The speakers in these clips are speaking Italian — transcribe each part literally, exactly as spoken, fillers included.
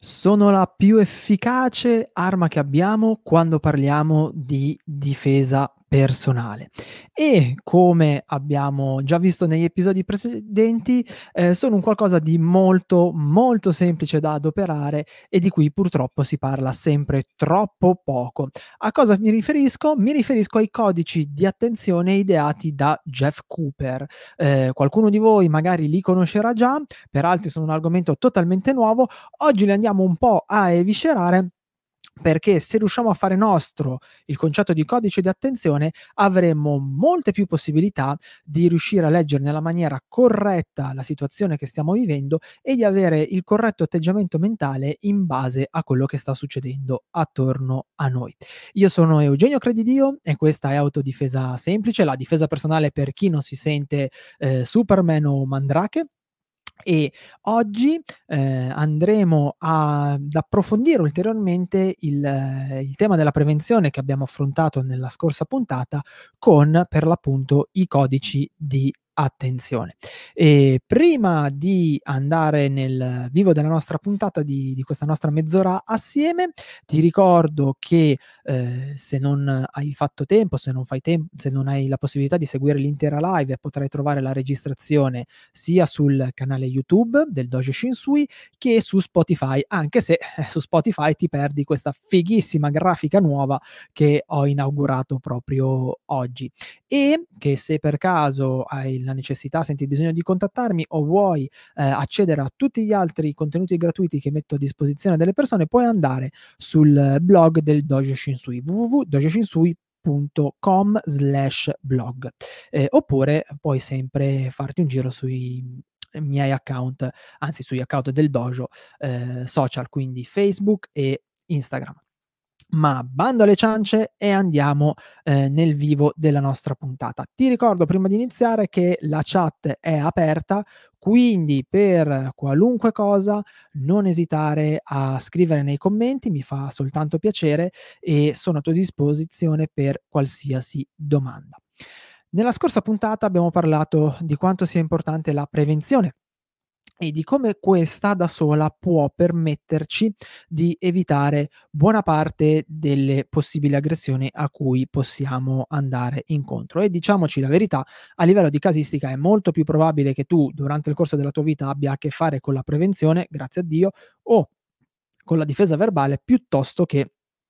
Sono la più efficace arma che abbiamo quando parliamo di difesa personale e, come abbiamo già visto negli episodi precedenti, ehm, sono un qualcosa di molto, molto semplice da adoperare e di cui purtroppo si parla sempre troppo poco. A cosa mi riferisco? Mi riferisco ai codici di attenzione ideati da Jeff Cooper. Ehm, qualcuno di voi magari li conoscerà già, per altri sono un argomento totalmente nuovo. Oggi li andiamo un po' a eviscerare, perché se riusciamo a fare nostro il concetto di codice di attenzione, avremmo molte più possibilità di riuscire a leggere nella maniera corretta la situazione che stiamo vivendo e di avere il corretto atteggiamento mentale in base a quello che sta succedendo attorno a noi. Io sono Eugenio Credidio e questa è Autodifesa Semplice, la difesa personale per chi non si sente eh, Superman o Mandrake. E oggi, ehm, andremo a ad approfondire ulteriormente il eh, il tema della prevenzione che abbiamo affrontato nella scorsa puntata con, per l'appunto, i codici di attenzione. E prima di andare nel vivo della nostra puntata di di questa nostra mezz'ora assieme, ti ricordo che, ehm, se non hai fatto tempo, se non fai tem se non hai la possibilità di seguire l'intera live, potrai trovare la registrazione sia sul canale YouTube del Dojo Shinsui che su Spotify, anche se eh, su Spotify ti perdi questa fighissima grafica nuova che ho inaugurato proprio oggi. E che se per caso hai la necessità, senti il bisogno di contattarmi o vuoi eh, accedere a tutti gli altri contenuti gratuiti che metto a disposizione delle persone, puoi andare sul blog del Dojo Shinsui, w w w punto dojo shinsui punto com slash blog, eh, oppure puoi sempre farti un giro sui miei account, anzi sugli account del dojo eh, social, quindi Facebook e Instagram. Ma bando alle ciance e andiamo eh, nel vivo della nostra puntata. Ti ricordo prima di iniziare che la chat è aperta, quindi per qualunque cosa non esitare a scrivere nei commenti, mi fa soltanto piacere e sono a tua disposizione per qualsiasi domanda. Nella scorsa puntata abbiamo parlato di quanto sia importante la prevenzione e di come questa da sola può permetterci di evitare buona parte delle possibili aggressioni a cui possiamo andare incontro. E diciamoci la verità, a livello di casistica è molto più probabile che tu durante il corso della tua vita abbia a che fare con la prevenzione, grazie a Dio, o con la difesa verbale piuttosto che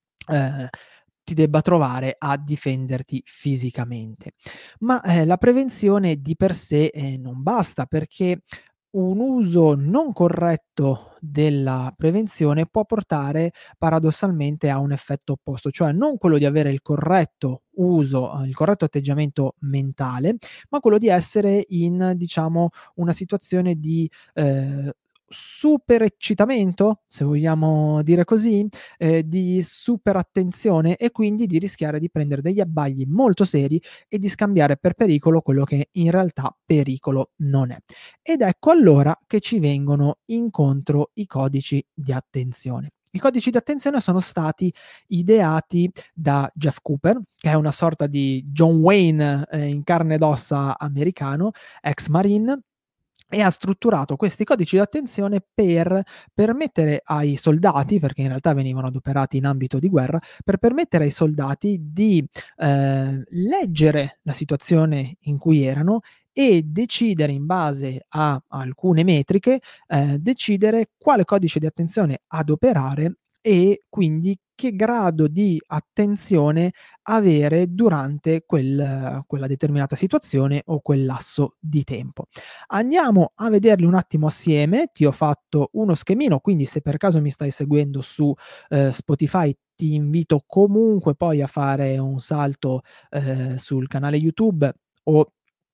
eh, ti debba trovare a difenderti fisicamente. Ma eh, la prevenzione di per sé eh, non basta, perché un uso non corretto della prevenzione può portare paradossalmente a un effetto opposto, cioè non quello di avere il corretto uso, eh, il corretto atteggiamento mentale, ma quello di essere in, diciamo, una situazione di eh, super eccitamento, se vogliamo dire così, eh, di super attenzione e quindi di rischiare di prendere degli abbagli molto seri e di scambiare per pericolo quello che in realtà pericolo non è. Ed ecco allora che ci vengono incontro i codici di attenzione. I codici di attenzione sono stati ideati da Jeff Cooper, che è una sorta di John Wayne eh, in carne ed ossa americano, ex Marine, e ha strutturato questi codici di attenzione per permettere ai soldati, perché in realtà venivano adoperati in ambito di guerra, per permettere ai soldati di eh, leggere la situazione in cui erano e decidere in base a alcune metriche, eh, decidere quale codice di attenzione adoperare e quindi che grado di attenzione avere durante quel, quella determinata situazione o quel lasso di tempo. Andiamo a vederli un attimo assieme. Ti ho fatto uno schemino, quindi se per caso mi stai seguendo su eh, Spotify, ti invito comunque poi a fare un salto eh, sul canale YouTube o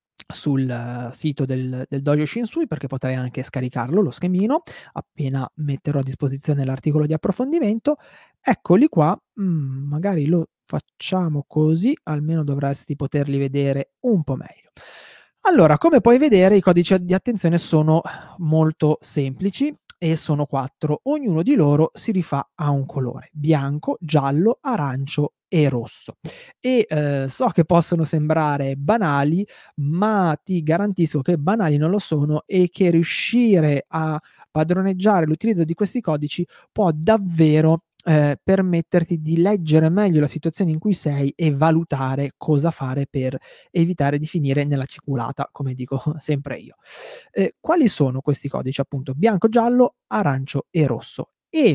sul uh, sito del, del Dojo Shinsui, perché potrai anche scaricarlo lo schemino appena metterò a disposizione l'articolo di approfondimento. Eccoli qua, mm, magari lo facciamo così, almeno dovresti poterli vedere un po' meglio. Allora, come puoi vedere, i codici di attenzione sono molto semplici e sono quattro. Ognuno di loro si rifà a un colore: bianco, giallo, arancio e rosso. E eh, so che possono sembrare banali, ma ti garantisco che banali non lo sono e che riuscire a padroneggiare l'utilizzo di questi codici può davvero eh, permetterti di leggere meglio la situazione in cui sei e valutare cosa fare per evitare di finire nella ciculata, come dico sempre io. Eh, quali sono questi codici? Appunto, bianco, giallo, arancio e rosso. E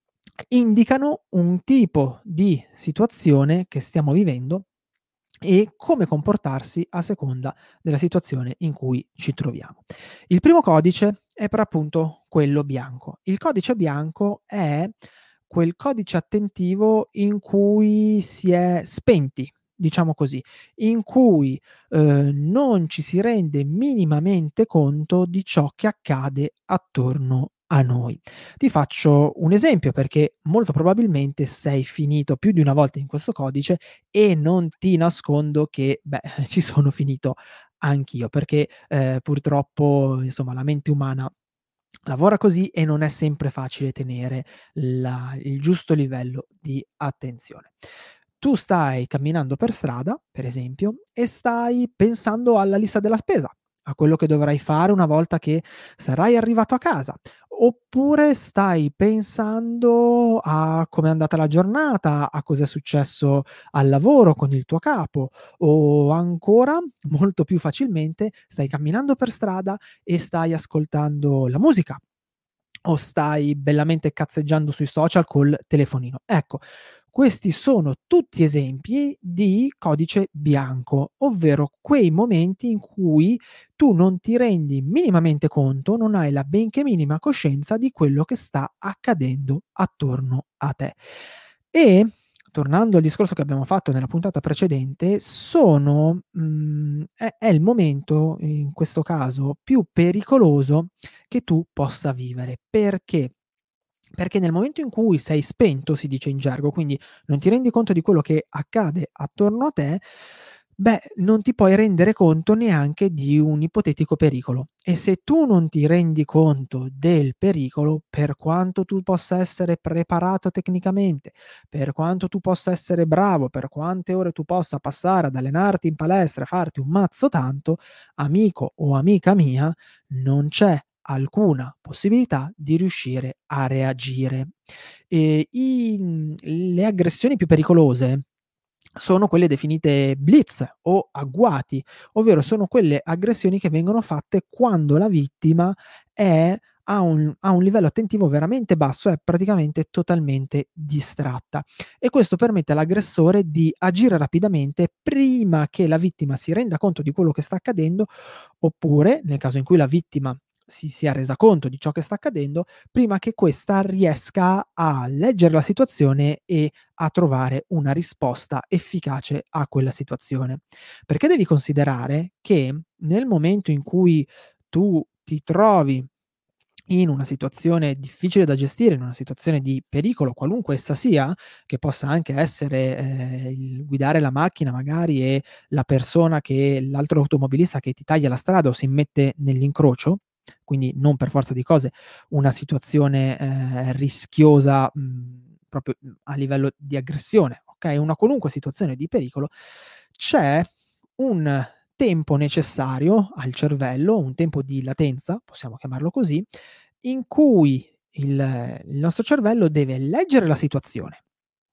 indicano un tipo di situazione che stiamo vivendo e come comportarsi a seconda della situazione in cui ci troviamo. Il primo codice è per appunto quello bianco. Il codice bianco è quel codice attentivo in cui si è spenti, diciamo così, in cui eh, non ci si rende minimamente conto di ciò che accade attorno a noi. Ti faccio un esempio perché molto probabilmente sei finito più di una volta in questo codice e non ti nascondo che, beh, ci sono finito anch'io, perché eh, purtroppo, insomma, la mente umana lavora così e non è sempre facile tenere la il giusto livello di attenzione. Tu stai camminando per strada, per esempio, e stai pensando alla lista della spesa, a quello che dovrai fare una volta che sarai arrivato a casa, oppure stai pensando a com'è andata la giornata, a cos'è successo al lavoro con il tuo capo, o ancora, molto più facilmente, stai camminando per strada e stai ascoltando la musica o stai bellamente cazzeggiando sui social col telefonino. Ecco, questi sono tutti esempi di codice bianco, ovvero quei momenti in cui tu non ti rendi minimamente conto, non hai la benché minima coscienza di quello che sta accadendo attorno a te. E tornando al discorso che abbiamo fatto nella puntata precedente, sono mhmm, è è il momento, in questo caso, più pericoloso che tu possa vivere. Perché? Perché nel momento in cui sei spento, si dice in gergo, quindi non ti rendi conto di quello che accade attorno a te, beh, non ti puoi rendere conto neanche di un ipotetico pericolo. E se tu non ti rendi conto del pericolo, per quanto tu possa essere preparato tecnicamente, per quanto tu possa essere bravo, per quante ore tu possa passare ad allenarti in palestra e farti un mazzo tanto, amico o amica mia, non c'è alcuna possibilità di riuscire a reagire. E i mhmm, le aggressioni più pericolose sono quelle definite blitz o agguati, ovvero sono quelle aggressioni che vengono fatte quando la vittima è a un a un livello attentivo veramente basso, è praticamente totalmente distratta e questo permette all'aggressore di agire rapidamente prima che la vittima si renda conto di quello che sta accadendo, oppure, nel caso in cui la vittima si sia resa conto di ciò che sta accadendo, prima che questa riesca a leggere la situazione e a trovare una risposta efficace a quella situazione. Perché devi considerare che nel momento in cui tu ti trovi in una situazione difficile da gestire, in una situazione di pericolo, qualunque essa sia, che possa anche essere, ehm, il guidare la macchina magari e la persona che l'altro automobilista che ti taglia la strada o si mette nell'incrocio, quindi non per forza di cose una situazione, ehm, rischiosa, mhmm, proprio, mhmm, a livello di aggressione, okay, una qualunque situazione di pericolo, c'è un tempo necessario al cervello, un tempo di latenza, possiamo chiamarlo così, in cui il il nostro cervello deve leggere la situazione,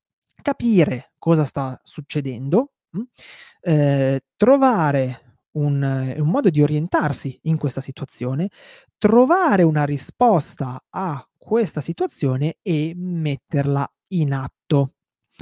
capire cosa sta succedendo, mh, ehm, trovare un un modo di orientarsi in questa situazione, trovare una risposta a questa situazione e metterla in atto.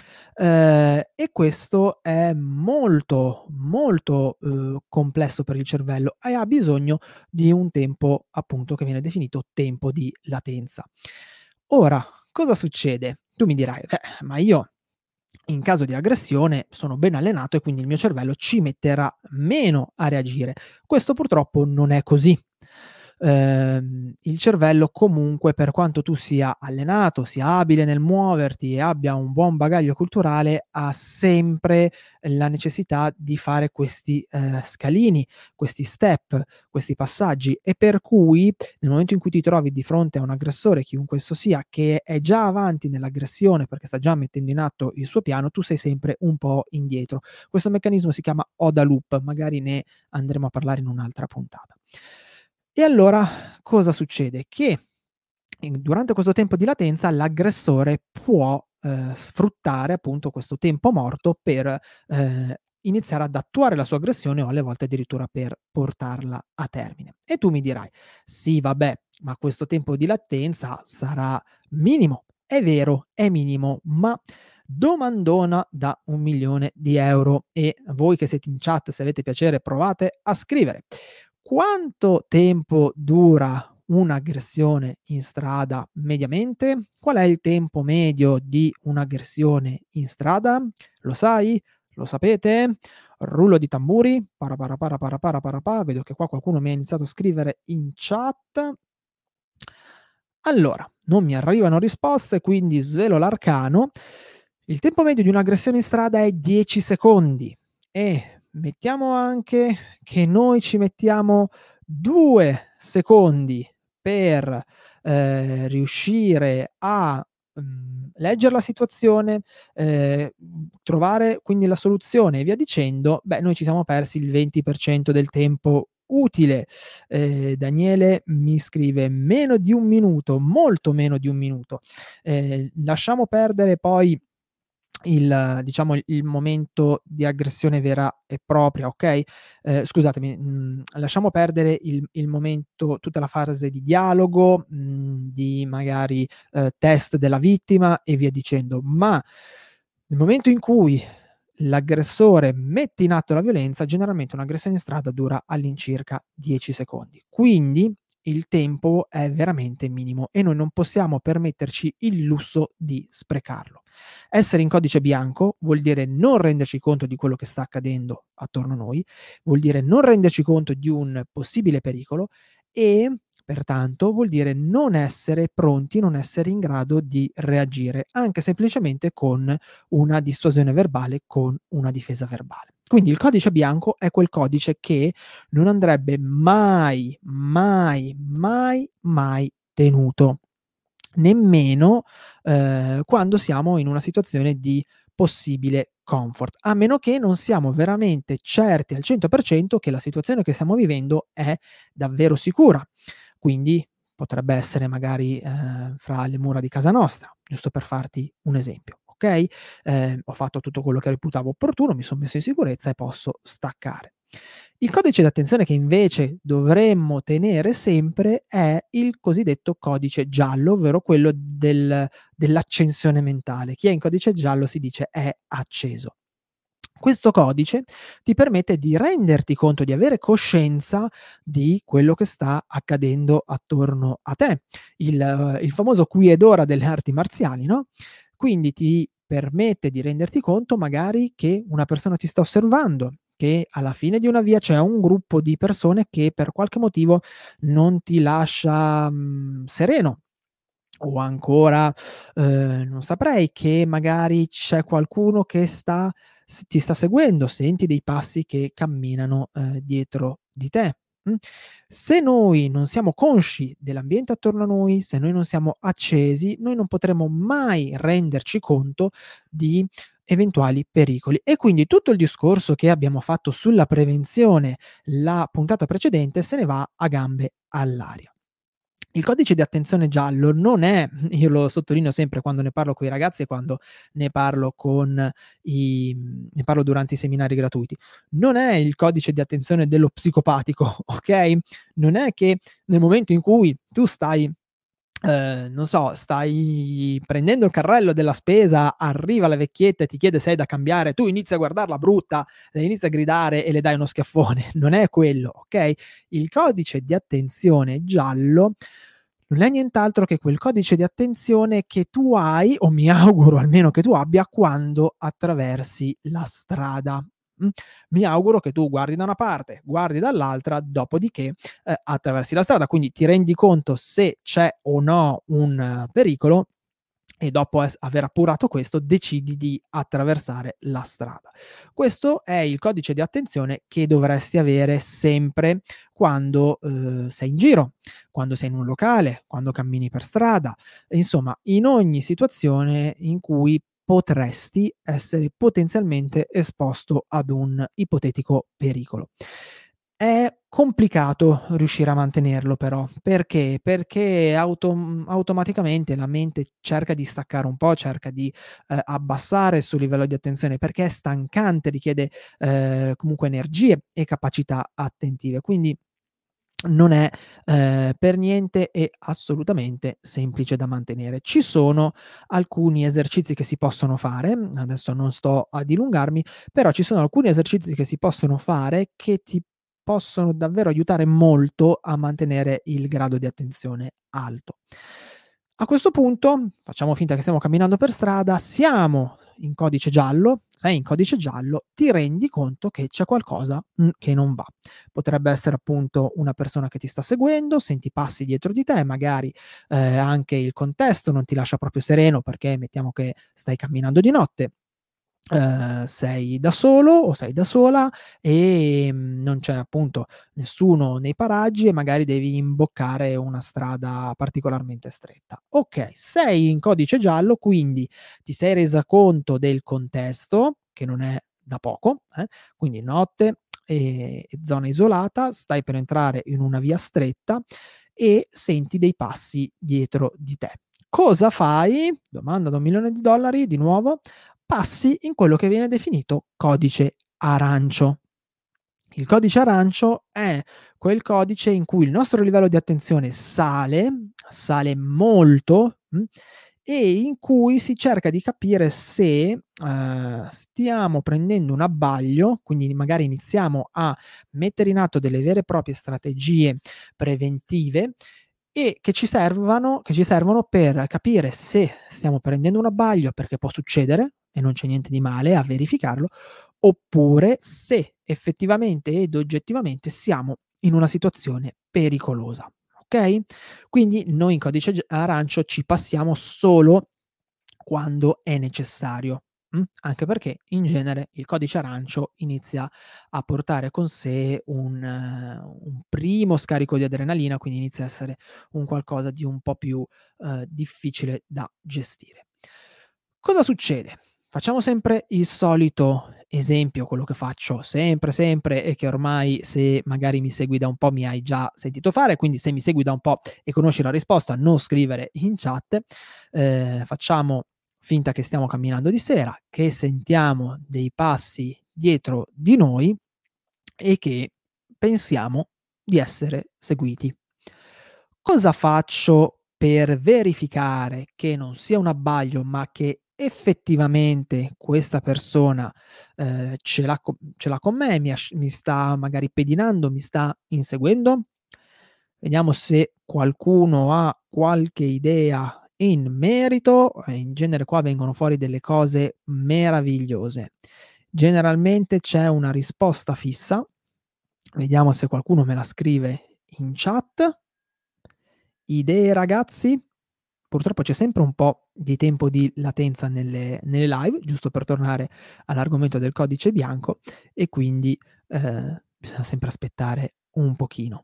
Ehm, e questo è molto, molto, uhm, complesso per il cervello e ha bisogno di un tempo, appunto, che viene definito tempo di latenza. Ora, cosa succede? Tu mi dirai: "Eh, ma io in caso di aggressione sono ben allenato e quindi il mio cervello ci metterà meno a reagire." Questo purtroppo non è così. ehm, il cervello comunque, per quanto tu sia allenato, sia abile nel muoverti e abbia un buon bagaglio culturale, ha sempre la necessità di fare questi, ehm, scalini, questi step, questi passaggi, e per cui nel momento in cui ti trovi di fronte a un aggressore, chiunque esso sia, che è già avanti nell'aggressione perché sta già mettendo in atto il suo piano, tu sei sempre un po' indietro. Questo meccanismo si chiama OODA loop, magari ne andremo a parlare in un'altra puntata. E allora cosa succede? Che in durante questo tempo di latenza l'aggressore può, ehm, sfruttare appunto questo tempo morto per, ehm, iniziare ad attuare la sua aggressione o alle volte addirittura per portarla a termine. E tu mi dirai: "Sì vabbè, ma questo tempo di latenza sarà minimo." È vero, è minimo, ma domandona da un milione di euro, e voi che siete in chat, se avete piacere provate a scrivere: quanto tempo dura un'aggressione in strada mediamente? Qual è il tempo medio di un'aggressione in strada? Lo sai? Lo sapete? Rullo di tamburi. Para para para para para para pa. Vedo che qua qualcuno mi ha iniziato a scrivere in chat. Allora, non mi arrivano risposte, quindi svelo l'arcano. Il tempo medio di un'aggressione in strada è dieci secondi, e mettiamo anche che noi ci mettiamo due secondi per, ehm, riuscire a, mhmm, legger la situazione, ehm, trovare quindi la soluzione e via dicendo, beh, noi ci siamo persi il venti per cento del tempo utile. Ehm, Daniele mi scrive: "Meno di un minuto, molto meno di un minuto." Ehm, lasciamo perdere poi il diciamo il il momento di aggressione vera e propria, okay, ehm, scusatemi, mhmm, lasciamo perdere il il momento, tutta la fase di dialogo, mhmm, di magari, ehm, test della vittima e via dicendo, ma nel momento in cui l'aggressore mette in atto la violenza, generalmente un'aggressione in strada dura all'incirca dieci secondi. Quindi il tempo è veramente minimo e noi non possiamo permetterci il lusso di sprecarlo. Essere in codice bianco vuol dire non renderci conto di quello che sta accadendo attorno a noi, vuol dire non renderci conto di un possibile pericolo e pertanto vuol dire non essere pronti, non essere in grado di reagire, anche semplicemente con una dissuasione verbale, con una difesa verbale. Quindi il codice bianco è quel codice che non andrebbe mai, mai, mai, mai tenuto, nemmeno, ehm, quando siamo in una situazione di possibile comfort, a meno che non siamo veramente certi al cento per cento che la situazione che stiamo vivendo è davvero sicura. Quindi potrebbe essere magari, ehm, fra le mura di casa nostra, giusto per farti un esempio, okay, ehm, ho fatto tutto quello che reputavo opportuno, mi son messo in sicurezza e posso staccare. Il codice d'attenzione che invece dovremmo tenere sempre è il cosiddetto codice giallo, ovvero quello del dell'accensione mentale. Chi è in codice giallo si dice è acceso. Questo codice ti permette di renderti conto, di avere coscienza di quello che sta accadendo attorno a te. Il il famoso qui ed ora delle arti marziali, no, quindi ti permette di renderti conto magari che una persona ti sta osservando, che alla fine di una via c'è un gruppo di persone che per qualche motivo non ti lascia, mhmm, sereno. O ancora, uhm, non saprei, che magari c'è qualcuno che sta s ti sta seguendo, senti dei passi che camminano, uhm, dietro di te, mh. Se noi non siamo consci dell'ambiente attorno a noi, se noi non siamo accesi, noi non potremo mai renderci conto di eventuali pericoli. E quindi tutto il discorso che abbiamo fatto sulla prevenzione la puntata precedente se ne va a gambe all'aria. Il codice di attenzione giallo non è, io lo sottolineo sempre quando ne parlo coi ragazzi e quando ne parlo con i mhmm, ne parlo durante i seminari gratuiti, non è il codice di attenzione dello psicopatico, okay, non è che nel momento in cui tu stai, ehm, non so, stai prendendo il carrello della spesa, arriva la vecchietta e ti chiede se hai da cambiare, tu inizi a guardarla brutta, le inizi a gridare e le dai uno schiaffone. Non è quello, okay? Il codice di attenzione giallo non è nient'altro che quel codice di attenzione che tu hai, o mi auguro almeno che tu abbia, quando attraversi la strada. mh? Mi auguro che tu guardi da una parte, guardi dall'altra, dopodiché, ehm, attraversi la strada, quindi ti rendi conto se c'è o no un eh, pericolo e dopo es aver appurato questo decidi di attraversare la strada. Questo è il codice di attenzione che dovresti avere sempre quando, uhm, sei in giro, quando sei in un locale, quando cammini per strada, insomma in ogni situazione in cui potresti essere potenzialmente esposto ad un ipotetico pericolo. È complicato riuscire a mantenerlo però. Perché? Perché autom automaticamente la mente cerca di staccare un po', cerca di, ehm, abbassare il suo livello di attenzione, perché è stancante, richiede, ehm, comunque energie e capacità attentive. Quindi non è, ehm, per niente e assolutamente semplice da mantenere. Ci sono alcuni esercizi che si possono fare, adesso non sto a dilungarmi, però ci sono alcuni esercizi che si possono fare che ti possono davvero aiutare molto a mantenere il grado di attenzione alto. A questo punto, facciamo finta che stiamo camminando per strada, siamo in codice giallo, sei in codice giallo, ti rendi conto che c'è qualcosa, mhmm, che non va. Potrebbe essere appunto una persona che ti sta seguendo, senti passi dietro di te, magari, ehm, anche il contesto non ti lascia proprio sereno perché mettiamo che stai camminando di notte, ehm, sei da solo o sei da sola, ehm, non c'è appunto nessuno nei paraggi e magari devi imboccare una strada particolarmente stretta. Okay, sei in codice giallo, quindi ti sei resa conto del contesto, che non è da poco, eh, quindi notte, ehm, zona isolata, stai per entrare in una via stretta e senti dei passi dietro di te. Cosa fai? Domanda da un milione di dollari di nuovo, passi in quello che viene definito codice arancio. Il codice arancio è quel codice in cui il nostro livello di attenzione sale, sale molto, mh, e in cui si cerca di capire se, ehm, stiamo prendendo un abbaglio, quindi magari iniziamo a mettere in atto delle vere e proprie strategie preventive e che ci servano che ci servono per capire se stiamo prendendo un abbaglio, perché può succedere e non c'è niente di male a verificarlo, oppure se effettivamente ed oggettivamente siamo in una situazione pericolosa, okay? Quindi noi in codice g arancio ci passiamo solo quando è necessario, mh, anche perché in genere il codice arancio inizia a portare con sé un eh, un primo scarico di adrenalina, quindi inizia a essere un qualcosa di un po' più, uhm, difficile da gestire. Cosa succede? Facciamo sempre il solito esempio, quello che faccio sempre, sempre e che ormai se magari mi segui da un po' mi hai già sentito fare, quindi se mi segui da un po' e conosci la risposta non scrivere in chat. Ehm, facciamo finta che stiamo camminando di sera, che sentiamo dei passi dietro di noi e che pensiamo di essere seguiti. Cosa faccio per verificare che non sia un abbaglio, ma che effettivamente questa persona, ehm, ce l'ha co ce l'ha con me, mi asc mi sta magari pedinando, mi sta inseguendo? Vediamo se qualcuno ha qualche idea in merito, e in genere qua vengono fuori delle cose meravigliose. Generalmente c'è una risposta fissa, vediamo se qualcuno me la scrive in chat. Idee ragazzi? Purtroppo c'è sempre un po' di tempo di latenza nelle nelle live, giusto per tornare all'argomento del codice bianco e quindi, ehm, bisogna sempre aspettare un pochino.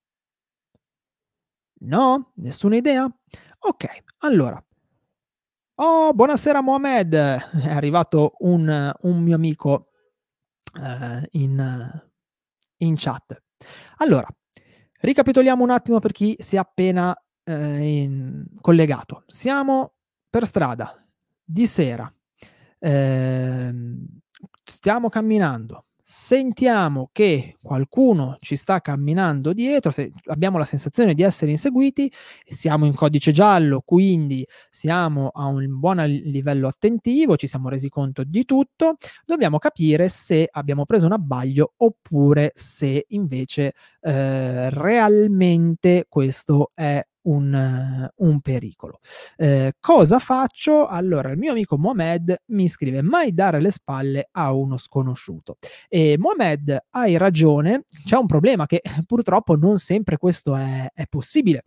No? Nessuna idea? Okay, allora. "Oh, buonasera Mohamed!" È arrivato un un mio amico, ehm, in in chat. Allora, ricapitoliamo un attimo per chi si è appena, ehm, in collegato. Siamo per strada, di sera, ehm, stiamo camminando, sentiamo che qualcuno ci sta camminando dietro, se abbiamo la sensazione di essere inseguiti, siamo in codice giallo, quindi siamo a un buon a livello attentivo, ci siamo resi conto di tutto, dobbiamo capire se abbiamo preso un abbaglio oppure se invece, ehm, realmente questo è un, uh, un pericolo. Eh, cosa faccio? Allora, il mio amico Mohamed mi scrive: mai dare le spalle a uno sconosciuto. E Mohamed, hai ragione, c'è un problema che purtroppo non sempre questo è, è possibile.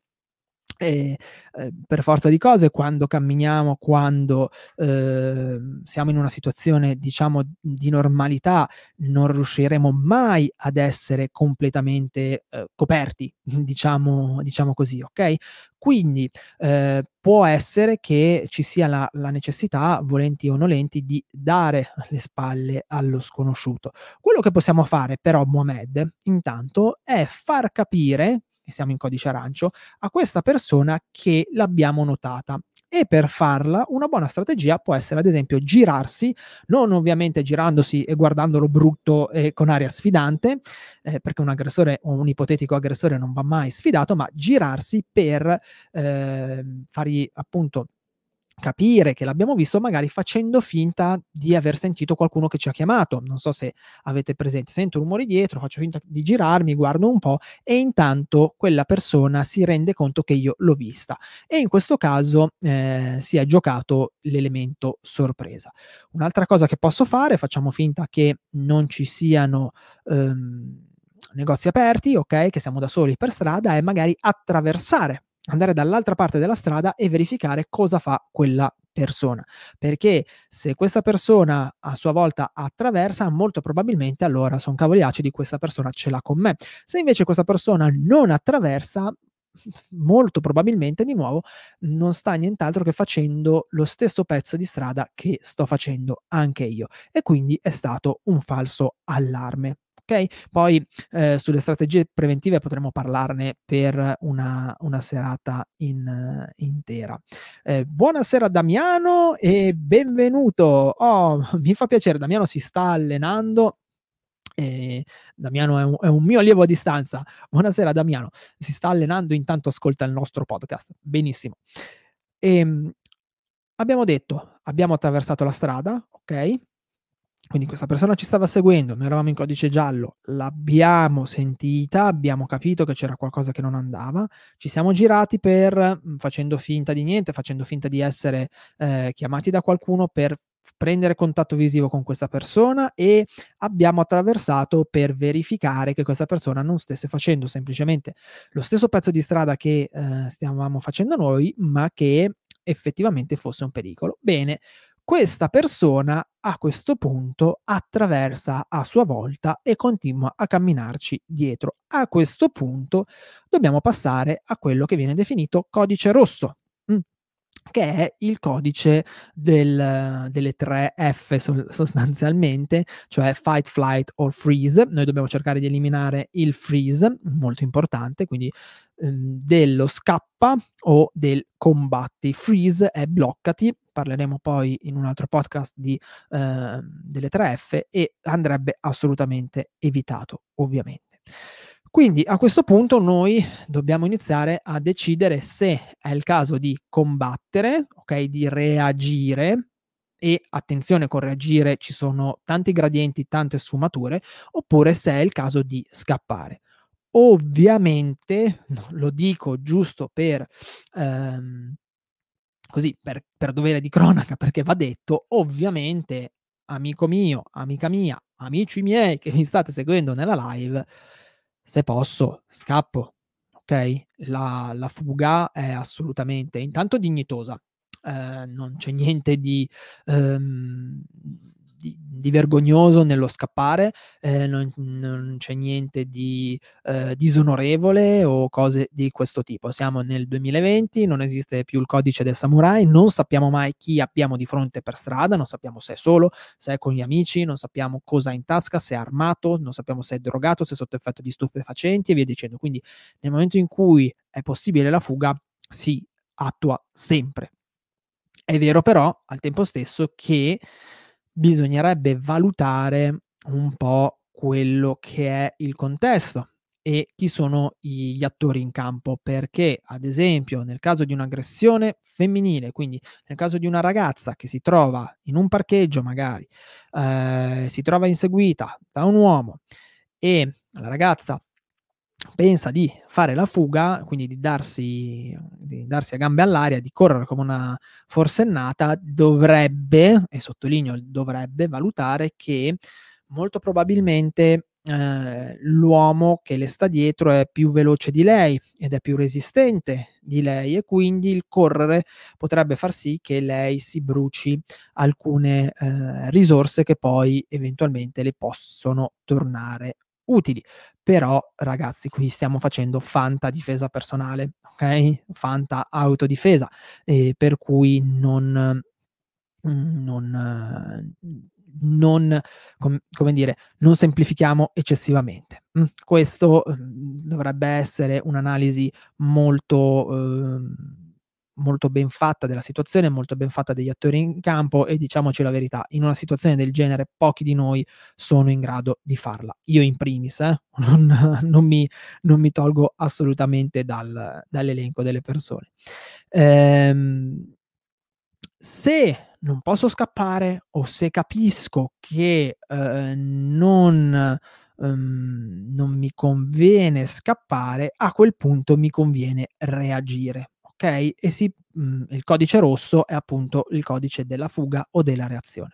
E, eh, per forza di cose, quando camminiamo, quando eh, siamo in una situazione, diciamo, di normalità, non riusciremo mai ad essere completamente eh, coperti, diciamo, diciamo così, ok? Quindi eh, può essere che ci sia la, la necessità, volenti o nolenti, di dare le spalle allo sconosciuto. Quello che possiamo fare però, Mohamed, intanto, è far capire, e siamo in codice arancio, a questa persona che l'abbiamo notata. E per farla una buona strategia può essere ad esempio girarsi, non ovviamente girandosi e guardandolo brutto e con aria sfidante, eh, perché un aggressore o un ipotetico aggressore non va mai sfidato, ma girarsi per eh, fargli appunto capire che l'abbiamo visto, magari facendo finta di aver sentito qualcuno che ci ha chiamato. Non so se avete presente, sento rumori dietro, faccio finta di girarmi, guardo un po' e intanto quella persona si rende conto che io l'ho vista, e in questo caso eh, si è giocato l'elemento sorpresa. Un'altra cosa che posso fare, facciamo finta che non ci siano ehm, negozi aperti, ok, che siamo da soli per strada, è magari attraversare, andare dall'altra parte della strada e verificare cosa fa quella persona, perché se questa persona a sua volta attraversa, molto probabilmente allora son cavoli acidi, questa persona ce l'ha con me. Se invece questa persona non attraversa, molto probabilmente di nuovo non sta nient'altro che facendo lo stesso pezzo di strada che sto facendo anche io, e quindi è stato un falso allarme. Okay? Poi eh, sulle strategie preventive potremmo parlarne per una, una serata in, uh, intera. Eh, buonasera Damiano e benvenuto. Oh, mi fa piacere, Damiano si sta allenando. Eh, Damiano è un, è un mio allievo a distanza. Buonasera Damiano, si sta allenando, intanto ascolta il nostro podcast. Benissimo. E, abbiamo detto, abbiamo attraversato la strada, ok? Quindi questa persona ci stava seguendo, noi eravamo in codice giallo, l'abbiamo sentita, abbiamo capito che c'era qualcosa che non andava, ci siamo girati per, facendo finta di niente, facendo finta di essere eh, chiamati da qualcuno, per prendere contatto visivo con questa persona, e abbiamo attraversato per verificare che questa persona non stesse facendo semplicemente lo stesso pezzo di strada che eh, stavamo facendo noi, ma che effettivamente fosse un pericolo. Bene, questa persona a questo punto attraversa a sua volta e continua a camminarci dietro. A questo punto dobbiamo passare a quello che viene definito codice rosso, mh, che è il codice del, delle tre F sostanzialmente, cioè fight, flight or freeze. Noi dobbiamo cercare di eliminare il freeze, molto importante, quindi ehm, dello scappa o del combatti. Freeze è bloccati, parleremo poi in un altro podcast di, eh, delle tre F, e andrebbe assolutamente evitato, ovviamente. Quindi a questo punto noi dobbiamo iniziare a decidere se è il caso di combattere, ok, di reagire, e attenzione, con reagire ci sono tanti gradienti, tante sfumature, oppure se è il caso di scappare. Ovviamente, lo dico giusto per ehm, così per, per dovere di cronaca, perché va detto, ovviamente, amico mio, amica mia, amici miei che mi state seguendo nella live, se posso, scappo, ok? La, la fuga è assolutamente, intanto, dignitosa. Eh, non c'è niente di, ehm, di, di vergognoso nello scappare, eh, non, non c'è niente di eh, disonorevole o cose di questo tipo. Siamo nel duemilaventi, non esiste più il codice del samurai, non sappiamo mai chi abbiamo di fronte per strada, non sappiamo se è solo, se è con gli amici, non sappiamo cosa ha in tasca, se è armato, non sappiamo se è drogato, se è sotto effetto di stupefacenti e via dicendo. Quindi nel momento in cui è possibile la fuga, si attua sempre. È vero però al tempo stesso che bisognerebbe valutare un po' quello che è il contesto e chi sono gli attori in campo, perché ad esempio nel caso di un'aggressione femminile, quindi nel caso di una ragazza che si trova in un parcheggio magari, eh, si trova inseguita da un uomo e la ragazza pensa di fare la fuga, quindi di darsi di darsi a gambe all'aria, di correre come una forsennata, dovrebbe, e sottolineo il dovrebbe, valutare che molto probabilmente, ehm, l'uomo che le sta dietro è più veloce di lei ed è più resistente di lei e quindi il correre potrebbe far sì che lei si bruci alcune, ehm, risorse che poi eventualmente le possono tornare utili. Però ragazzi, qui stiamo facendo fanta difesa personale, okay, fanta autodifesa, ehm, per cui non mhmm, non mhmm, non com come dire, non semplifichiamo eccessivamente, mh. Questo, uhm, dovrebbe essere un'analisi molto, uhm, molto ben fatta della situazione, molto ben fatta degli attori in campo e diciamoci la verità, in una situazione del genere pochi di noi sono in grado di farla. Io in primis, eh, non non mi non mi tolgo assolutamente dal dall'elenco delle persone. Ehm Se non posso scappare o se capisco che, uhm, non uhm, non mi conviene scappare, a quel punto mi conviene reagire, okay, e si mhmm, il codice rosso è appunto il codice della fuga o della reazione.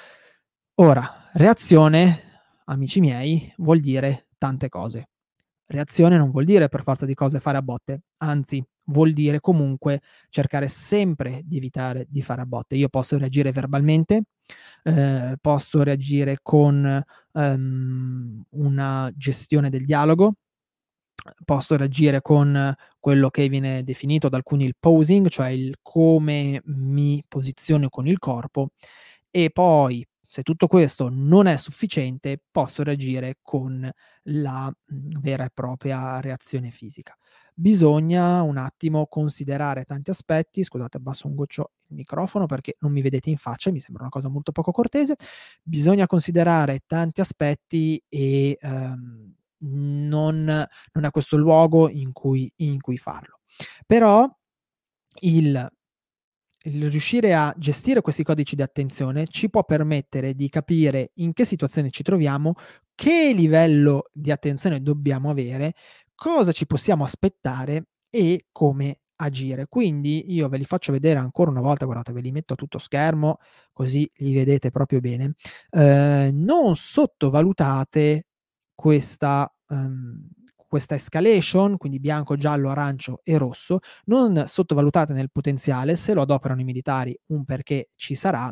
Ora, reazione, amici miei, vuol dire tante cose. Reazione non vuol dire per forza di cose fare a botte, anzi vuol dire comunque cercare sempre di evitare di fare a botte. Io posso reagire verbalmente, ehm, posso reagire con, ehm, una gestione del dialogo, posso reagire con quello che viene definito da alcuni il posing, cioè il come mi posiziono con il corpo e poi, se tutto questo non è sufficiente, posso reagire con la, mhmm, vera e propria reazione fisica. Bisogna un attimo considerare tanti aspetti. Scusate, abbasso un goccio il microfono perché non mi vedete in faccia e mi sembra una cosa molto poco cortese. Bisogna considerare tanti aspetti e, ehm, non non è questo il luogo in cui in cui farlo. Però il il riuscire a gestire questi codici di attenzione ci può permettere di capire in che situazione ci troviamo, che livello di attenzione dobbiamo avere, cosa ci possiamo aspettare e come agire. Quindi io ve li faccio vedere ancora una volta, guardate, ve li metto a tutto schermo, così li vedete proprio bene. Ehm, non sottovalutate questa, ehm, questa escalation, quindi bianco, giallo, arancio e rosso, non sottovalutate nel potenziale, se lo adoperano i militari un perché ci sarà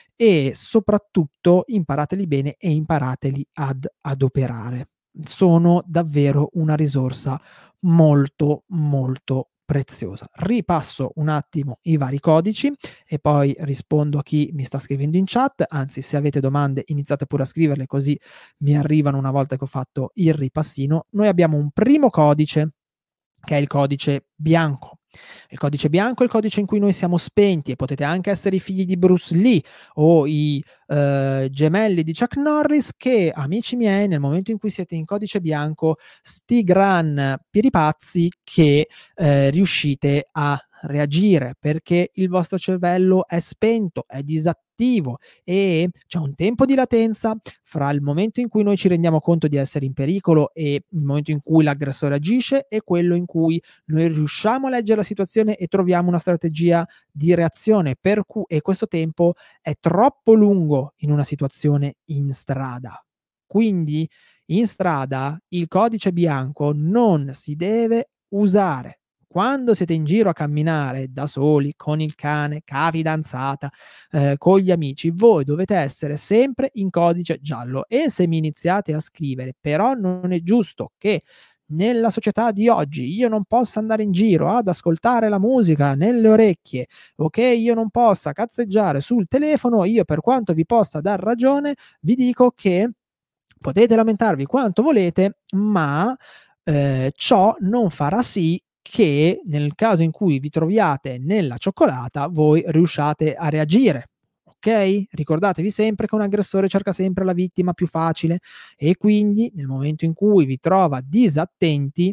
e soprattutto imparateli bene e imparateli ad adoperare. Sono davvero una risorsa molto, molto preziosa. Ripasso un attimo i vari codici e poi rispondo a chi mi sta scrivendo in chat, anzi se avete domande iniziate pure a scriverle così mi arrivano una volta che ho fatto il ripassino. Noi abbiamo un primo codice che è il codice bianco. Il codice bianco è il codice in cui noi siamo spenti e potete anche essere i figli di Bruce Lee o i eh, gemelli di Chuck Norris che, amici miei, nel momento in cui siete in codice bianco, sti gran piripazzi che eh, riuscite a reagire perché il vostro cervello è spento, è disattivo e c'è un tempo di latenza fra il momento in cui noi ci rendiamo conto di essere in pericolo e il momento in cui l'aggressore agisce e quello in cui noi riusciamo a leggere la situazione e troviamo una strategia di reazione per cui e questo tempo è troppo lungo in una situazione in strada. Quindi in strada il codice bianco non si deve usare. Quando siete in giro a camminare da soli, con il cane, ca fidanzata, ehm, con gli amici, voi dovete essere sempre in codice giallo e se mi iniziate a scrivere: "Però non è giusto che nella società di oggi io non possa andare in giro ad ascoltare la musica nelle orecchie o che io non possa cazzeggiare sul telefono", io per quanto vi possa dar ragione, vi dico che potete lamentarvi quanto volete, ma, ehm, ciò non farà sì che nel caso in cui vi troviate nella cioccolata voi riusciate a reagire, okay? Ricordatevi sempre che un aggressore cerca sempre la vittima più facile e quindi nel momento in cui vi trova disattenti,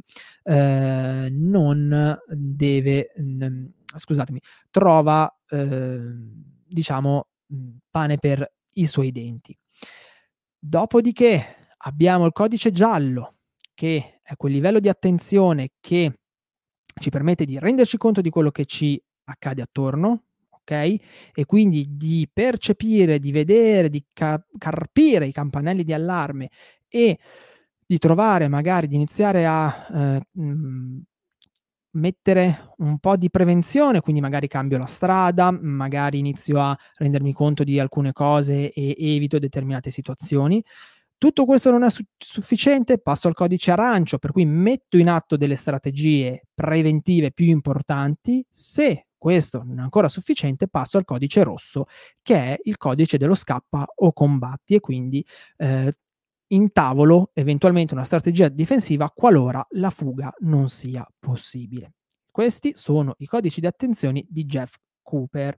ehm, non deve mhmm, scusatemi, trova, ehm, diciamo, mhmm, pane per i suoi denti. Dopodiché abbiamo il codice giallo che è quel livello di attenzione che ci permette di renderci conto di quello che ci accade attorno, okay, e quindi di percepire, di vedere, di ca carpire i campanelli di allarme e di trovare magari di iniziare a, ehm, mhmm, mettere un po' di prevenzione, quindi magari cambio la strada, magari inizio a rendermi conto di alcune cose e evito determinate situazioni. Tutto questo non è su sufficiente, passo al codice arancio, per cui metto in atto delle strategie preventive più importanti. Se questo non è ancora sufficiente, passo al codice rosso, che è il codice dello scappa o combatti e quindi, ehm, intavolo eventualmente una strategia difensiva qualora la fuga non sia possibile. Questi sono i codici di attenzione di Jeff Cooper.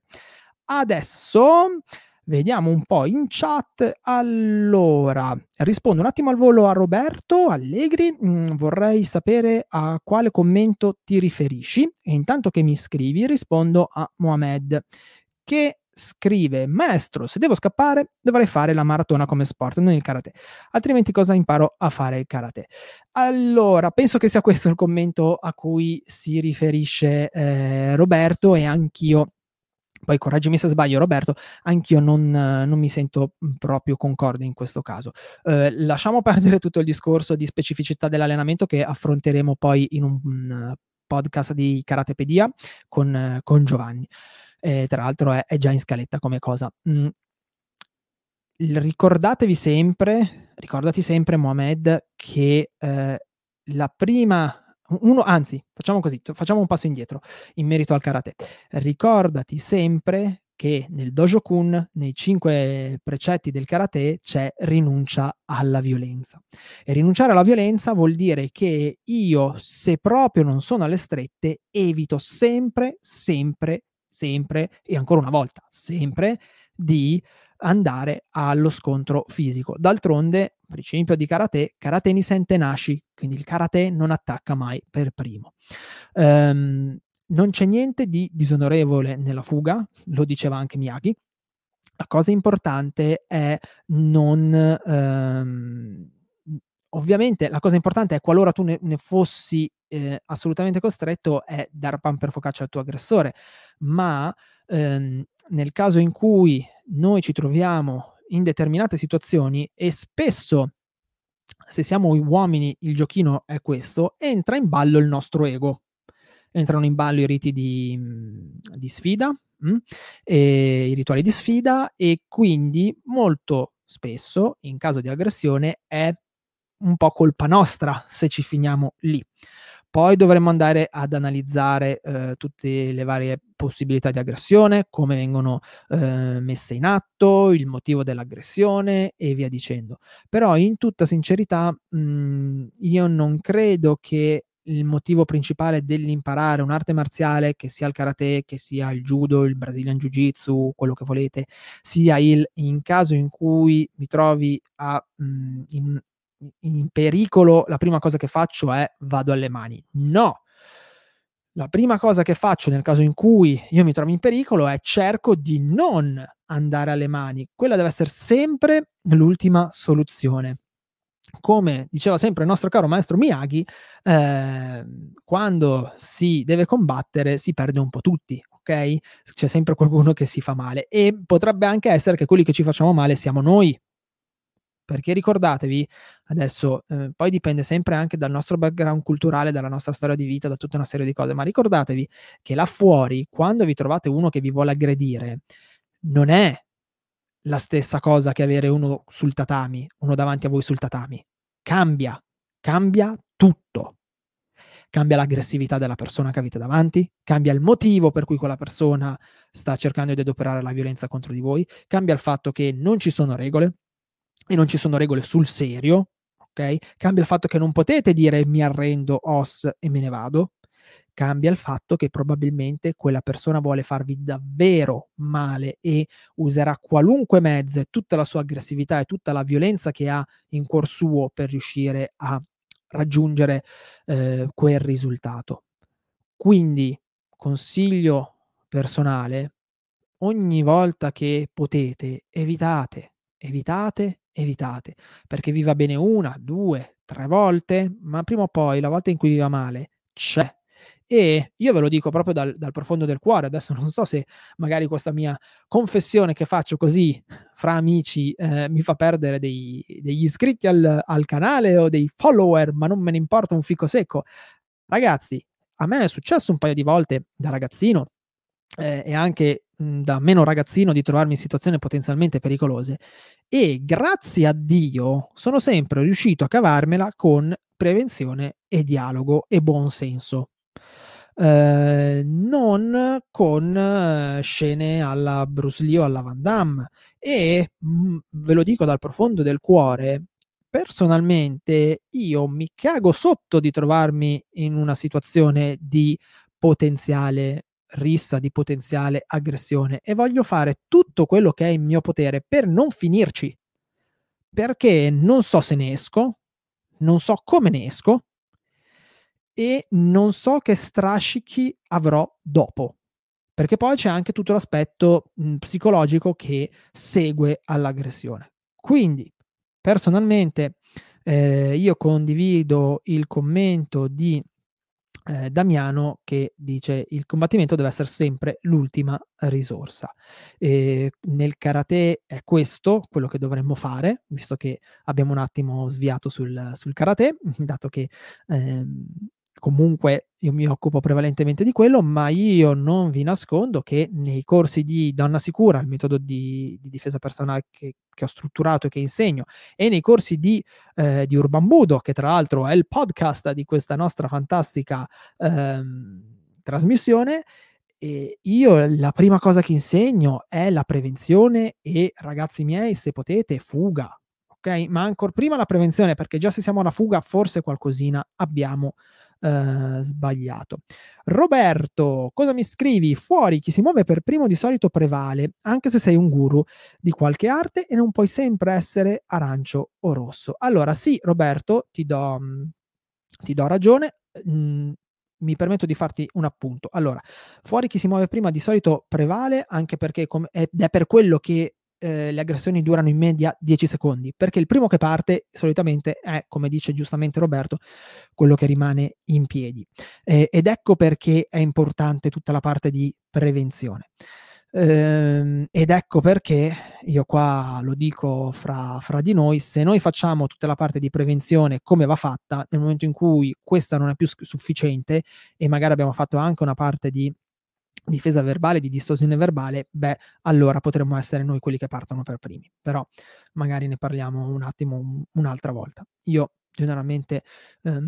Adesso vediamo un po' in chat. Allora, rispondo un attimo al volo a Roberto Allegri. Mhmm, vorrei sapere a quale commento ti riferisci e intanto che mi scrivi rispondo a Mohamed che scrive: "Maestro, se devo scappare dovrei fare la maratona come sport, non il karate. Altrimenti cosa imparo a fare il karate?" Allora, penso che sia questo il commento a cui si riferisce, ehm, Roberto e anch'io poi correggimi se sbaglio Roberto, anch'io non non mi sento, mhmm, proprio concorde in questo caso. Uhm, lasciamo perdere tutto il discorso di specificità dell'allenamento che affronteremo poi in un, mhmm, podcast di Karatepedia con con Giovanni. Ehm, tra l'altro è è già in scaletta come cosa. Mhmm il ricordatevi sempre ricordati sempre Mohamed che, ehm, la prima u uno anzi, facciamo così, t facciamo un passo indietro in merito al karate. Ricordati sempre che nel Dojokun, nei cinque precetti del karate, c'è rinuncia alla violenza. E rinunciare alla violenza vuol dire che io, se proprio non sono alle strette, evito sempre, sempre, sempre e ancora una volta sempre, di andare allo scontro fisico. D'altronde, principio di karate, karate ni sente nashi, quindi il karate non attacca mai per primo. Ehm, non c'è niente di disonorevole nella fuga, lo diceva anche Miyagi. La cosa importante è non, ehm, mhmm, ovviamente la cosa importante è qualora tu ne ne fossi, ehm, assolutamente costretto, è dar pan per focaccia al tuo aggressore, ma, ehm, nel caso in cui noi ci troviamo in determinate situazioni e spesso se siamo uomini il giochino è questo, entra in ballo il nostro ego. Entrano in ballo i riti di mhmm, di sfida, mh, ehm, i rituali di sfida e quindi molto spesso, in caso di aggressione, è un po' colpa nostra se ci finiamo lì. Poi dovremmo andare ad analizzare, uhm, tutte le varie possibilità di aggressione, come vengono, uhm, messe in atto, il motivo dell'aggressione e via dicendo. Però in tutta sincerità, mhmm, io non credo che il motivo principale dell'imparare un'arte marziale, che sia il karate, che sia il judo, il Brazilian jiu-jitsu, quello che volete, sia il in caso in cui mi trovi a mhmm, in in pericolo, la prima cosa che faccio è vado alle mani. No! La prima cosa che faccio nel caso in cui io mi trovi in pericolo è cerco di non andare alle mani. Quella deve esser sempre l'ultima soluzione. Come diceva sempre il nostro caro maestro Miyagi, ehm, quando si deve combattere si perde un po' tutti, okay, c'è sempre qualcuno che si fa male e potrebbe anche essere che quelli che ci facciamo male siamo noi. Perché ricordatevi, adesso, ehm, poi dipende sempre anche dal nostro background culturale, dalla nostra storia di vita, da tutta una serie di cose, ma ricordatevi che là fuori, quando vi trovate uno che vi vuole aggredire, non è la stessa cosa che avere uno sul tatami, uno davanti a voi sul tatami. Cambia, cambia tutto. Cambia l'aggressività della persona che avete davanti, cambia il motivo per cui quella persona sta cercando di adoperare la violenza contro di voi, cambia il fatto che non ci sono regole e non ci sono regole sul serio, okay, cambia il fatto che non potete dire: "Mi arrendo, os e me ne vado." Cambia il fatto che probabilmente quella persona vuole farvi davvero male e userà qualunque mezzo e tutta la sua aggressività e tutta la violenza che ha in cuor suo per riuscire a raggiungere, ehm, quel risultato. Quindi, consiglio personale: ogni volta che potete evitate, evitate evitate, perché vi va bene una, due, tre volte, ma prima o poi la volta in cui vi va male c'è. E io ve lo dico proprio dal dal profondo del cuore, adesso non so se magari questa mia confessione che faccio così fra amici, ehm, mi fa perdere dei degli iscritti al al canale o dei follower, ma non me ne importa un fico secco. Ragazzi, a me è successo un paio di volte da ragazzino, ehm, e anche, mhmm, da meno ragazzino di trovarmi in situazioni potenzialmente pericolose e grazie a Dio sono sempre riuscito a cavarmela con prevenzione e dialogo e buon senso. Ehm, non con eh, scene alla Bruce Lee o alla Van Damme e, mhmm, ve lo dico dal profondo del cuore, personalmente io mi cago sotto di trovarmi in una situazione di potenziale rissa, di potenziale aggressione e voglio fare tutto quello che è in mio potere per non finirci, perché non so se ne esco, non so come ne esco e non so che strascichi avrò dopo. Perché poi c'è anche tutto l'aspetto, mhmm, psicologico che segue all'aggressione. Quindi, personalmente, ehm, io condivido il commento di, ehm, Damiano che dice: "Il combattimento deve esser sempre l'ultima risorsa". Ehm, nel karate è questo quello che dovremmo fare, visto che abbiamo un attimo sviato sul sul karate, dato che, ehm, comunque io mi occupo prevalentemente di quello, ma io non vi nascondo che nei corsi di Donna Sicura, il metodo di di difesa personale che che ho strutturato e che insegno, e nei corsi di ehm, di Urban Budo, che tra l'altro è il podcast di questa nostra fantastica, ehm, trasmissione, ehm, io la prima cosa che insegno è la prevenzione e, ragazzi miei, se potete, fuga, okay, ma ancor prima la prevenzione, perché già se siamo alla fuga forse qualcosina abbiamo, ehm, sbagliato. Roberto, cosa mi scrivi? Fuori chi si muove per primo di solito prevale, anche se sei un guru di qualche arte e non puoi sempre essere arancio o rosso. Allora sì, Roberto, ti do mhmm, ti do ragione, mhmm, mi permetto di farti un appunto. Allora, fuori chi si muove prima di solito prevale, anche perché com ed è per quello che, ehm, le aggressioni durano in media dieci secondi, perché il primo che parte solitamente è, come dice giustamente Roberto, quello che rimane in piedi. Ehm, ed ecco perché è importante tutta la parte di prevenzione. Ehm, ed ecco perché io qua lo dico fra fra di noi, se noi facciamo tutta la parte di prevenzione come va fatta, nel momento in cui questa non è più sc sufficiente e magari abbiamo fatto anche una parte di difesa verbale, di distorsione verbale, beh, allora potremmo essere noi quelli che partono per primi. Però magari ne parliamo un attimo un un'altra volta. Io generalmente, ehm,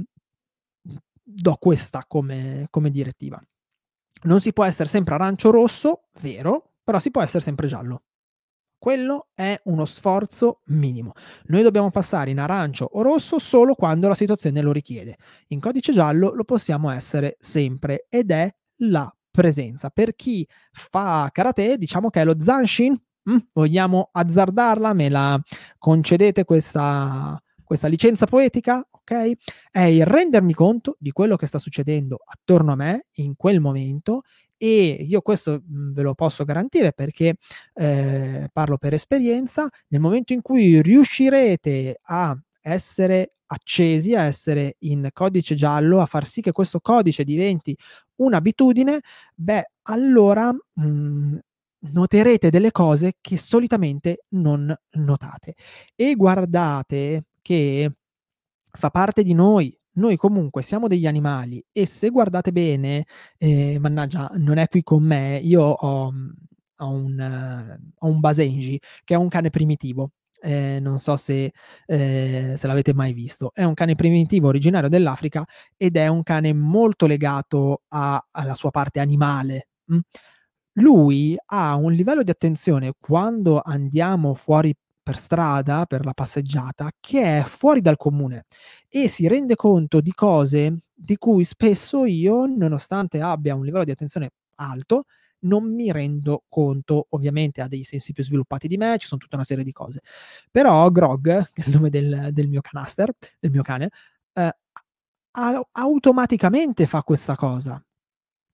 do questa come come direttiva. Non si può essere sempre arancio o rosso, vero, però si può essere sempre giallo. Quello è uno sforzo minimo. Noi dobbiamo passare in arancio o rosso solo quando la situazione lo richiede. In codice giallo lo possiamo essere sempre ed è la presenza. Per chi fa karate, diciamo che è lo zanshin. Mh, vogliamo azzardarla? Me la concedete questa questa licenza poetica? Okay? È il rendermi conto di quello che sta succedendo attorno a me in quel momento e io questo, mhmm, ve lo posso garantire perché ehm, parlo per esperienza, nel momento in cui riuscirete a essere accesi, a essere in codice giallo, a far sì che questo codice diventi un'abitudine, beh, allora, mhmm, noterete delle cose che solitamente non notate. E guardate che fa parte di noi. Noi comunque siamo degli animali e se guardate bene, ehm, mannaggia non è qui con me, io ho mhmm, ho un eh, ho un Basenji che è un cane primitivo, ehm, non so se ehm, se l'avete mai visto. È un cane primitivo originario dell'Africa ed è un cane molto legato a alla sua parte animale, mh. Lui ha un livello di attenzione quando andiamo fuori per strada, per la passeggiata, che è fuori dal comune e si rende conto di cose di cui spesso io, nonostante abbia un livello di attenzione alto, non mi rendo conto. Ovviamente ha dei sensi più sviluppati di me, ci son tutta una serie di cose. Però Grog, che è il nome del del mio canaster, del mio cane, ehm, a automaticamente fa questa cosa.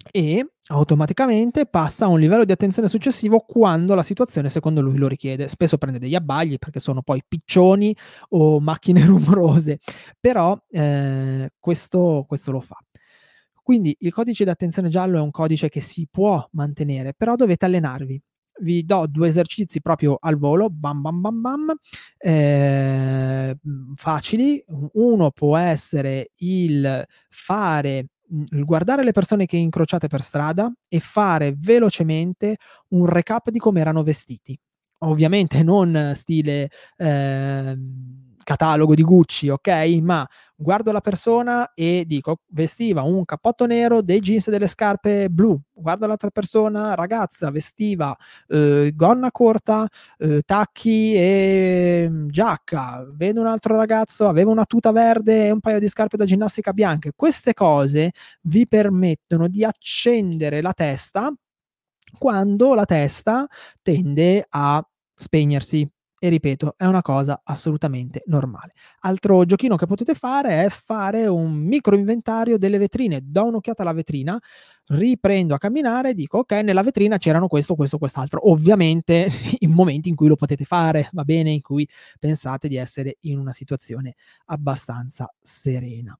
e automaticamente passa a un livello di attenzione successivo quando la situazione secondo lui lo richiede. Spesso prende degli abbagli perché sono poi piccioni o macchine rumorose, però eh, questo, questo lo fa. Quindi il codice d'attenzione giallo è un codice che si può mantenere, però dovete allenarvi. Vi do due esercizi proprio al volo, bam bam bam bam, eh, facili. Uno può essere il fare il guardare le persone che incrociate per strada e fare velocemente un recap di come erano vestiti. Ovviamente non stile eh, catalogo di Gucci, ok? Ma guardo la persona e dico vestiva un cappotto nero, dei jeans e delle scarpe blu. Guardo l'altra persona, ragazza, vestiva eh, gonna corta, eh, tacchi e giacca. Vedo un altro ragazzo, aveva una tuta verde e un paio di scarpe da ginnastica bianche. Queste cose vi permettono di accendere la testa quando la testa tende a spegnersi. E ripeto, è una cosa assolutamente normale. Altro giochino che potete fare è fare un micro inventario delle vetrine. Do un'occhiata alla vetrina, riprendo a camminare e dico ok, nella vetrina c'erano questo, questo, quest'altro. Ovviamente in momenti in cui lo potete fare, va bene, in cui pensate di essere in una situazione abbastanza serena.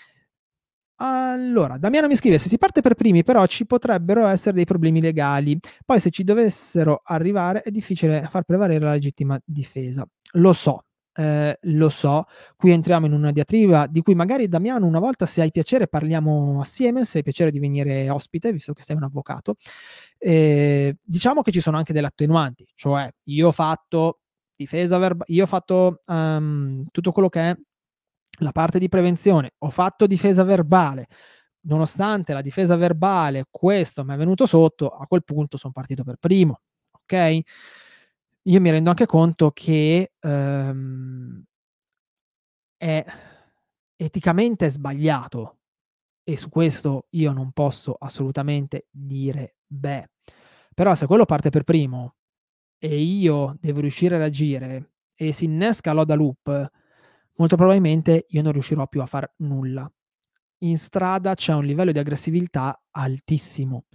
Allora, Damiano mi scrive: se si parte per primi, però ci potrebbero essere dei problemi legali. Poi, se ci dovessero arrivare, è difficile far prevalere la legittima difesa. Lo so, eh, lo so. Qui entriamo in una diatriba di cui magari, Damiano, una volta, se hai piacere, parliamo assieme. Se hai piacere di venire ospite, visto che sei un avvocato. Eh, diciamo che ci sono anche delle attenuanti, cioè io ho fatto difesa verbale, io ho fatto um, tutto quello che è la parte di prevenzione, ho fatto difesa verbale, nonostante la difesa verbale questo mi è venuto sotto, a quel punto sono partito per primo, ok? Io mi rendo anche conto che ehm, è eticamente sbagliato e su questo io non posso assolutamente dire beh, però se quello parte per primo e io devo riuscire a reagire e si innesca l'oda loop, molto probabilmente io non riuscirò più a far nulla. In strada c'è un livello di aggressività altissimo.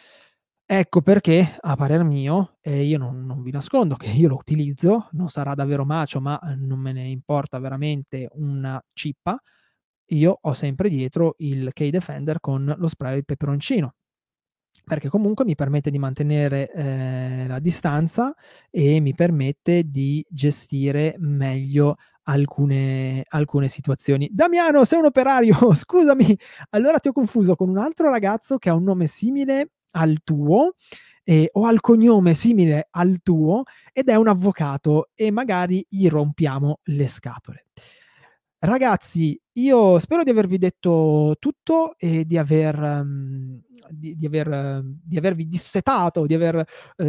Ecco perché, a parer mio, e io non, non vi nascondo che io lo utilizzo, non sarà davvero macio, ma non me ne importa veramente una cippa, io ho sempre dietro il K-Defender con lo spray del peperoncino, perché comunque mi permette di mantenere eh, la distanza e mi permette di gestire meglio alcune, alcune situazioni. Damiano, sei un operaio, scusami, allora ti ho confuso con un altro ragazzo che ha un nome simile al tuo eh, o al cognome simile al tuo ed è un avvocato e magari gli rompiamo le scatole. Ragazzi, io spero di avervi detto tutto e di aver, um, di, di aver, uh, di avervi dissetato, di aver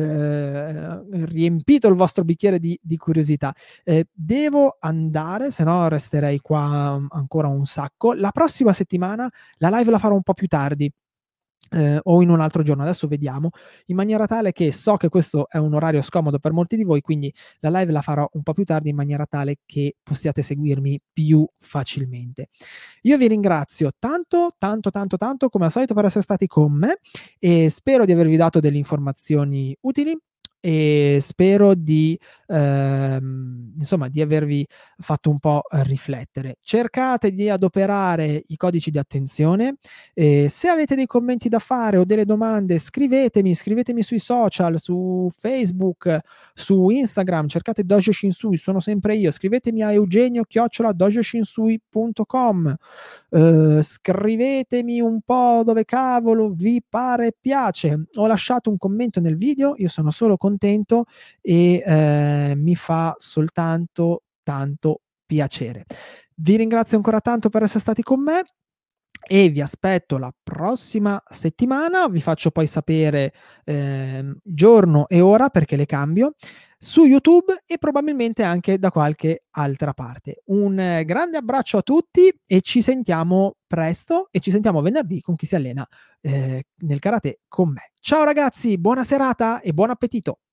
eh, riempito il vostro bicchiere di, di curiosità. Eh, devo andare, se no resterei qua ancora un sacco. La prossima settimana la live la farò un po' più tardi. Eh, o in un altro giorno, adesso vediamo, in maniera tale che so che questo è un orario scomodo per molti di voi, quindi la live la farò un po' più tardi in maniera tale che possiate seguirmi più facilmente. Io vi ringrazio tanto, tanto, tanto, tanto come al solito per essere stati con me e spero di avervi dato delle informazioni utili e spero di ehm, insomma di avervi fatto un po' riflettere. Cercate di adoperare i codici di attenzione. Eh, se avete dei commenti da fare o delle domande, scrivetemi, scrivetemi sui social, su Facebook, su Instagram, cercate Dojo Shinsui, sono sempre io. Scrivetemi a eugenio chiocciola dojoshinsui punto com. Uh, scrivetemi un po' dove cavolo vi pare piace. Ho lasciato un commento nel video, io sono solo contento e eh, mi fa soltanto tanto piacere. Vi ringrazio ancora tanto per essere stati con me e vi aspetto la prossima settimana. Vi faccio poi sapere eh, giorno e ora perché le cambio su YouTube e probabilmente anche da qualche altra parte. Un eh, grande abbraccio a tutti e ci sentiamo presto e ci sentiamo venerdì con chi si allena eh, nel karate con me. Ciao ragazzi, buona serata e buon appetito!